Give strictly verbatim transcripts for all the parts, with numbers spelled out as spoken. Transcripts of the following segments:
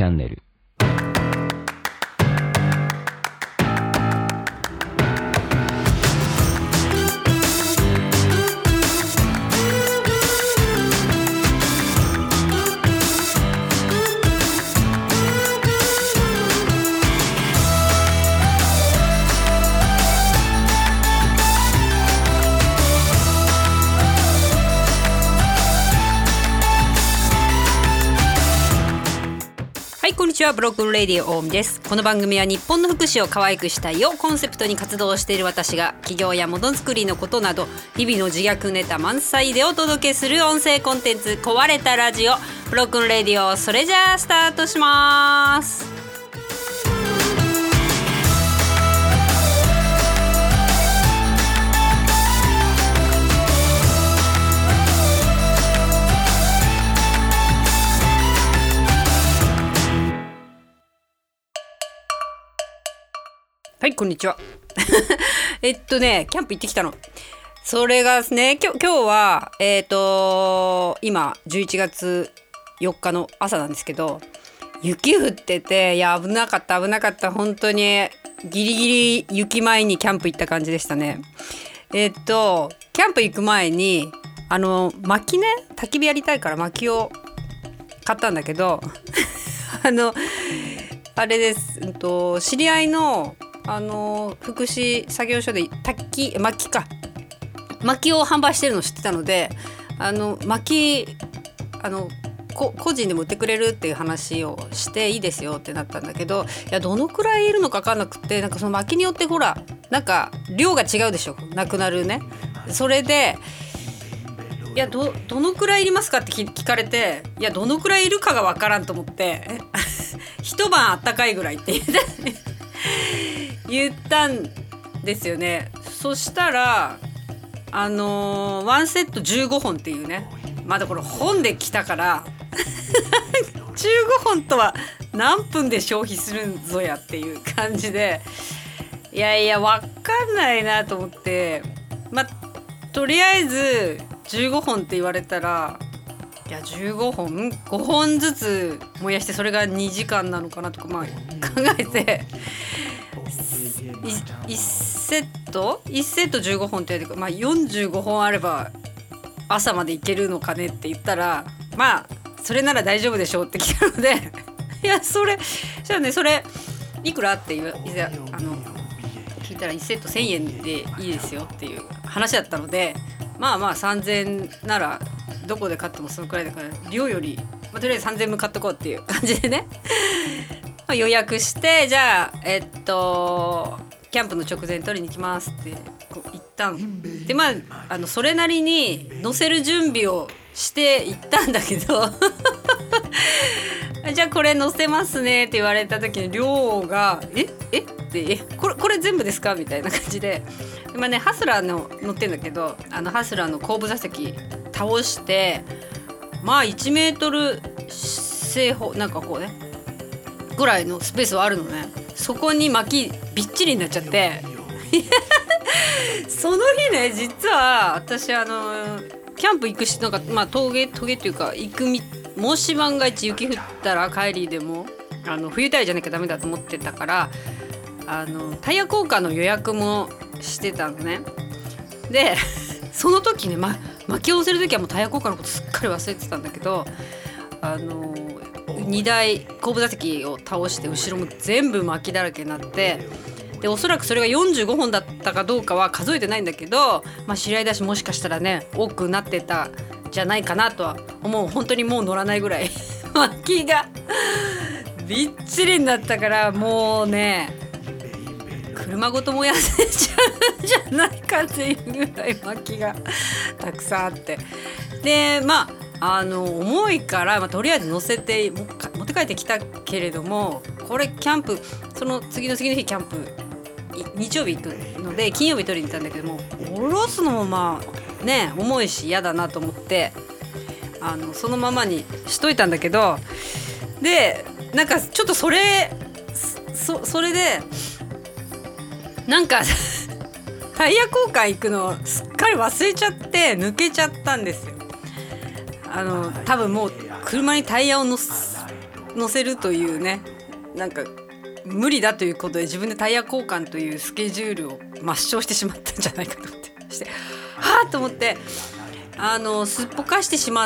チャンネル。 こんにちは、ブロックンレディオ大海です。この番組は日本の福祉を可愛くしたいをコンセプトに活動している私が企業やものづくりのことなど日々の自虐ネタ満載でお届けする音声コンテンツ壊れたラジオブロックンレディオ。それじゃあスタートします。はい、こんにちは。えっとね、キャンプ行ってきたの。それがですね、今日、今日は、えっと、今、じゅういちがつよっかの朝なんですけど、雪降ってて、いや、危なかった、危なかった。本当に、ギリギリ雪前にキャンプ行った感じでしたね。えっと、キャンプ行く前に、あの、薪ね、焚き火やりたいから薪を買ったんだけど、あの、あれです、うんと、知り合いの、あの福祉作業所で焚き薪か薪を販売してるの知ってたので、あの薪あのこ個人でも売ってくれるっていう話をしていいですよってなったんだけど、いやどのくらいいるのか分かんなくて、なんかその薪によってほらなんか量が違うでしょ、なくなるね。それでいや ど, どのくらいいりますかって聞かれて、いやどのくらいいるかが分からんと思って一晩あったかいぐらいって言って言ったんですよね。そしたらあのー、ワンセットじゅうごほんっていうね、まだこれ本で来たからじゅうごほんとは何分で消費するんぞやっていう感じで、いやいやわかんないなと思って、まとりあえずじゅうごほんって言われたら、いやじゅうごほんごほんずつ燃やしてそれがにじかんなのかなとか、まあ、考えていちセットいちセットじゅうごほんって言われて、まあ、よんじゅうごほんあれば朝までいけるのかねって言ったら、まあそれなら大丈夫でしょうって聞いたのでいやそれじゃあね、それいくらって言ういざあの聞いたらいちセットせんえんでいいですよっていう話だったので、まあまあさんぜんならどこで買ってもそのくらいだから量より、まあ、とりあえずさんぜんぶん買っとこうっていう感じでね予約して、じゃあえっとキャンプの直前に取りに行きますってこう言ったんで、まああのそれなりに乗せる準備をして行ったんだけどじゃあこれ乗せますねって言われた時に量がええってえこれこれ全部ですかみたいな感じで、まあねハスラーの乗ってんだけど、あのハスラーの後部座席倒してまあいちメートル正方なんかこうねぐらいのスペースはあるのね。そこに薪びっちりになっちゃってその日ね、実は私あのキャンプ行くし、なんかまあ峠峠っていうか行くみもし万が一雪降ったら帰りでもあの冬タイヤじゃなきゃダメだと思ってたから、あのタイヤ交換の予約もしてたのね。でその時ね、ま、薪を乗せる時はもうタイヤ交換のことすっかり忘れてたんだけど、あのにだい後部座席を倒して後ろも全部薪だらけになって、でおそらくそれがよんじゅうごほんだったかどうかは数えてないんだけど、まあ、知り合いだしもしかしたらね多くなってたんじゃないかなとは思う。本当にもう乗らないぐらい薪がびっちりになったから、もうね車ごと燃やせちゃうんじゃないかっていうぐらい薪がたくさんあって、でまああの重いから、まあ、とりあえず乗せて持って帰ってきたけれども、これキャンプその次の次の日キャンプ日曜日行くので金曜日取りに行ったんだけども、下ろすのもまあね重いし嫌だなと思ってあのそのままにしといたんだけど、でなんかちょっとそれ そ, それでなんかタイヤ交換行くのすっかり忘れちゃって抜けちゃったんですよ。あの多分もう車にタイヤをのす乗せるというね、なんか無理だということで自分でタイヤ交換というスケジュールを抹消してしまったんじゃないかと思ってしてはぁと思ってあのすっぽかしてしまって、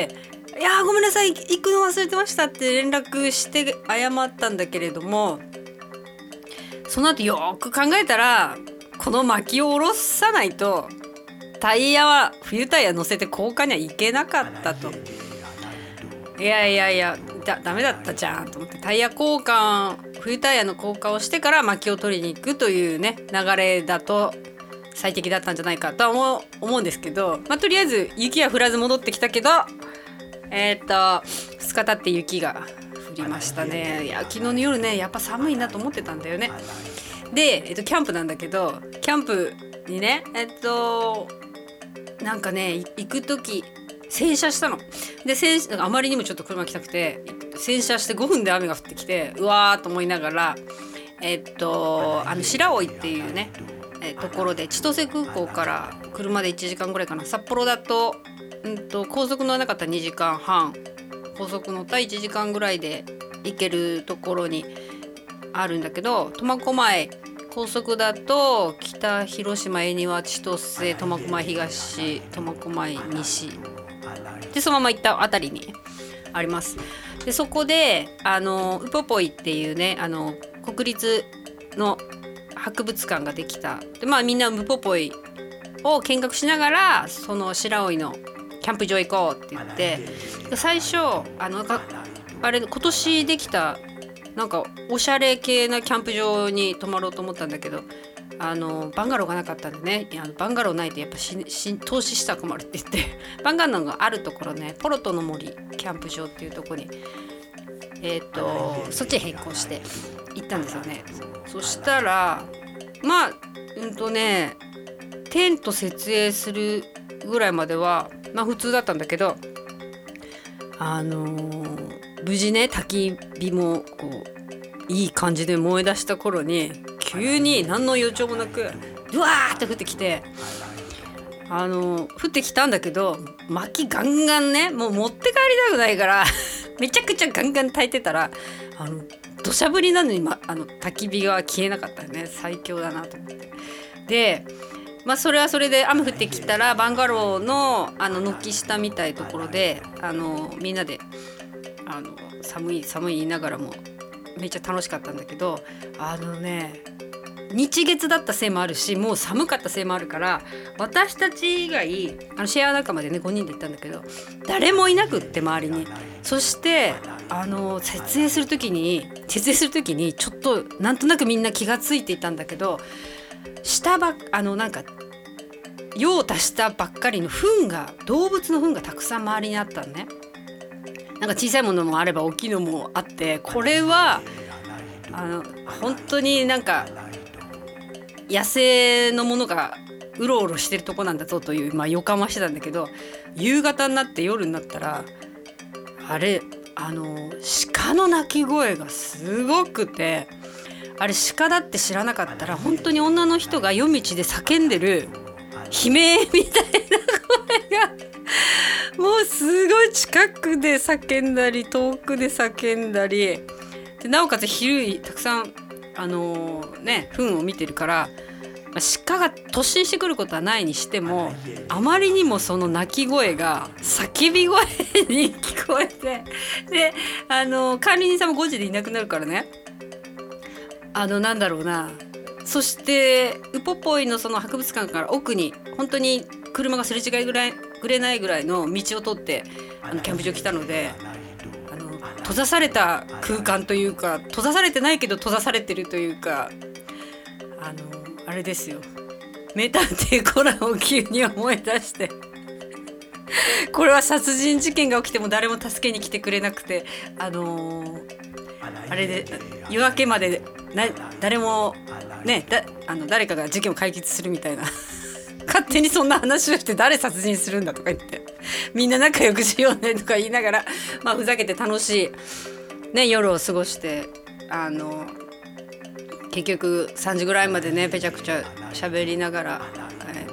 いやごめんなさい行くの忘れてましたって連絡して謝ったんだけれども、その後よく考えたらこの薪を下ろさないとタイヤは冬タイヤ乗せて交換には行けなかったと。いやいやいやだダメだったじゃんと思って、タイヤ交換冬タイヤの交換をしてから薪を取りに行くというね流れだと最適だったんじゃないかとは思う、思うんですけど、まあ、とりあえず雪は降らず戻ってきたけどえっとふつか経って雪が降りましたね。いや昨日の夜ねやっぱ寒いなと思ってたんだよね。で、えっと、キャンプなんだけどキャンプにねえっとなんかね行く時洗車したので洗あまりにもちょっと車来たくて洗車してごふんで雨が降ってきてうわーと思いながらえっとあの白老っていうねえところで千歳空港から車でいちじかんぐらいかな、札幌だと、うんと高速乗らなかったらにじかんはん、高速乗ったらいちじかんぐらいで行けるところにあるんだけど、苫小牧高速だと北広島恵庭千歳苫小牧東苫小牧西でそのまま行ったあたりにあります。でそこであのウポポイっていうねあの国立の博物館ができた。でまあみんなウポポイを見学しながらその白老のキャンプ場行こうって言って、最初あのあれ今年できたなんかおしゃれ系なキャンプ場に泊まろうと思ったんだけど、あのバンガローがなかったんでね、いやバンガローないとやっぱしし投資したら困るって言ってバンガローがあるところね、ポロトの森キャンプ場っていうところにえっとそっちへ変更して行ったんですよね。そしたらまあうんとねテント設営するぐらいまではまあ普通だったんだけど、あのー無事ね焚き火もこういい感じで燃え出した頃に急に何の予兆もなくドワーって降ってきて、あの降ってきたんだけど薪ガンガンねもう持って帰りたくないからめちゃくちゃガンガン焚いてたらあの土砂降りなのに、ま、あの焚き火が消えなかったよね。最強だなと思って。でまあそれはそれで雨降ってきたらバンガローのあの軒下みたいところであのみんなであの寒い寒い言いながらもめっちゃ楽しかったんだけど、あのね日月だったせいもあるしもう寒かったせいもあるから私たち以外あのシェア仲間でねごにんで行ったんだけど誰もいなくって周りに。そしてあの設営する時に設営する時にちょっとなんとなくみんな気がついていたんだけど、下ばあのなんか用を足したばっかりの糞が動物の糞がたくさん周りにあったのね。なんか小さいものもあれば大きいのもあって、これはあの本当になんか野生のものがうろうろしてるとこなんだぞという、まあ、予感はしてたんだけど、夕方になって夜になったらあれあの鹿の鳴き声がすごくて、あれ鹿だって知らなかったら本当に女の人が夜道で叫んでる悲鳴みたいな声がもうすごい近くで叫んだり遠くで叫んだりで、なおかつ昼たくさんあのー、ね糞を見てるから、鹿が突進してくることはないにしてもあまりにもその鳴き声が叫び声に聞こえて、であのー、管理人さんもごじでいなくなるからね、あのなんだろうな、そしてウポポイのその博物館から奥に本当に車がすれ違いぐらいぐれないぐらいの道を通ってあのキャンプ場来たので、あの閉ざされた空間というか、閉ざされてないけど閉ざされてるというか、あのあれですよ、名探偵コナンを急に思い出してこれは殺人事件が起きても誰も助けに来てくれなくて、あのー、あれで夜明けまでな誰もねだあの誰かが事件を解決するみたいな勝手にそんな話をして誰殺人するんだとか言ってみんな仲良くしようねとか言いながら、まあ、ふざけて楽しい、ね、夜を過ごして、あの結局さんじぐらいまでねぺちゃくちゃ喋りながら、えー、と行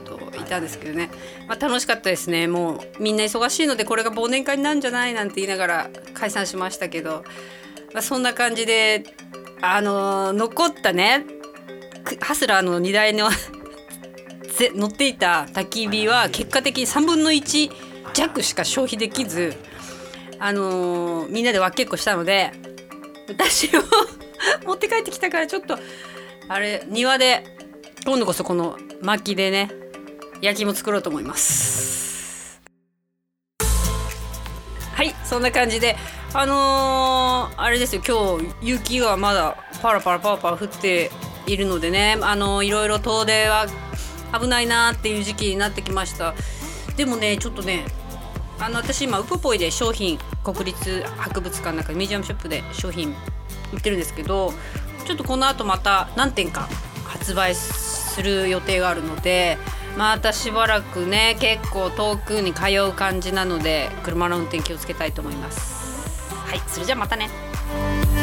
いたんですけどね、まあ、楽しかったですね。もうみんな忙しいのでこれが忘年会になるんじゃないなんて言いながら解散しましたけど、まあ、そんな感じであのー、残ったねハスラーの荷台の乗っていた焚き火は結果的にさんぶんのいち弱しか消費できず、あのー、みんなで分けっこしたので私を持って帰ってきたからちょっとあれ庭で今度こそこの薪でね焼き芋作ろうと思います。はい、そんな感じであのー、あれですよ、今日雪がまだパラパラパラパラ降っているのでね、あのー、いろいろ遠出は危ないなっていう時期になってきました。でもねちょっとねあの私今ウポポイで商品国立博物館の中でミュージアムショップで商品売ってるんですけど、ちょっとこの後また何点か発売する予定があるので、またしばらくね結構遠くに通う感じなので車の運転気をつけたいと思います。はい、それじゃあまたね。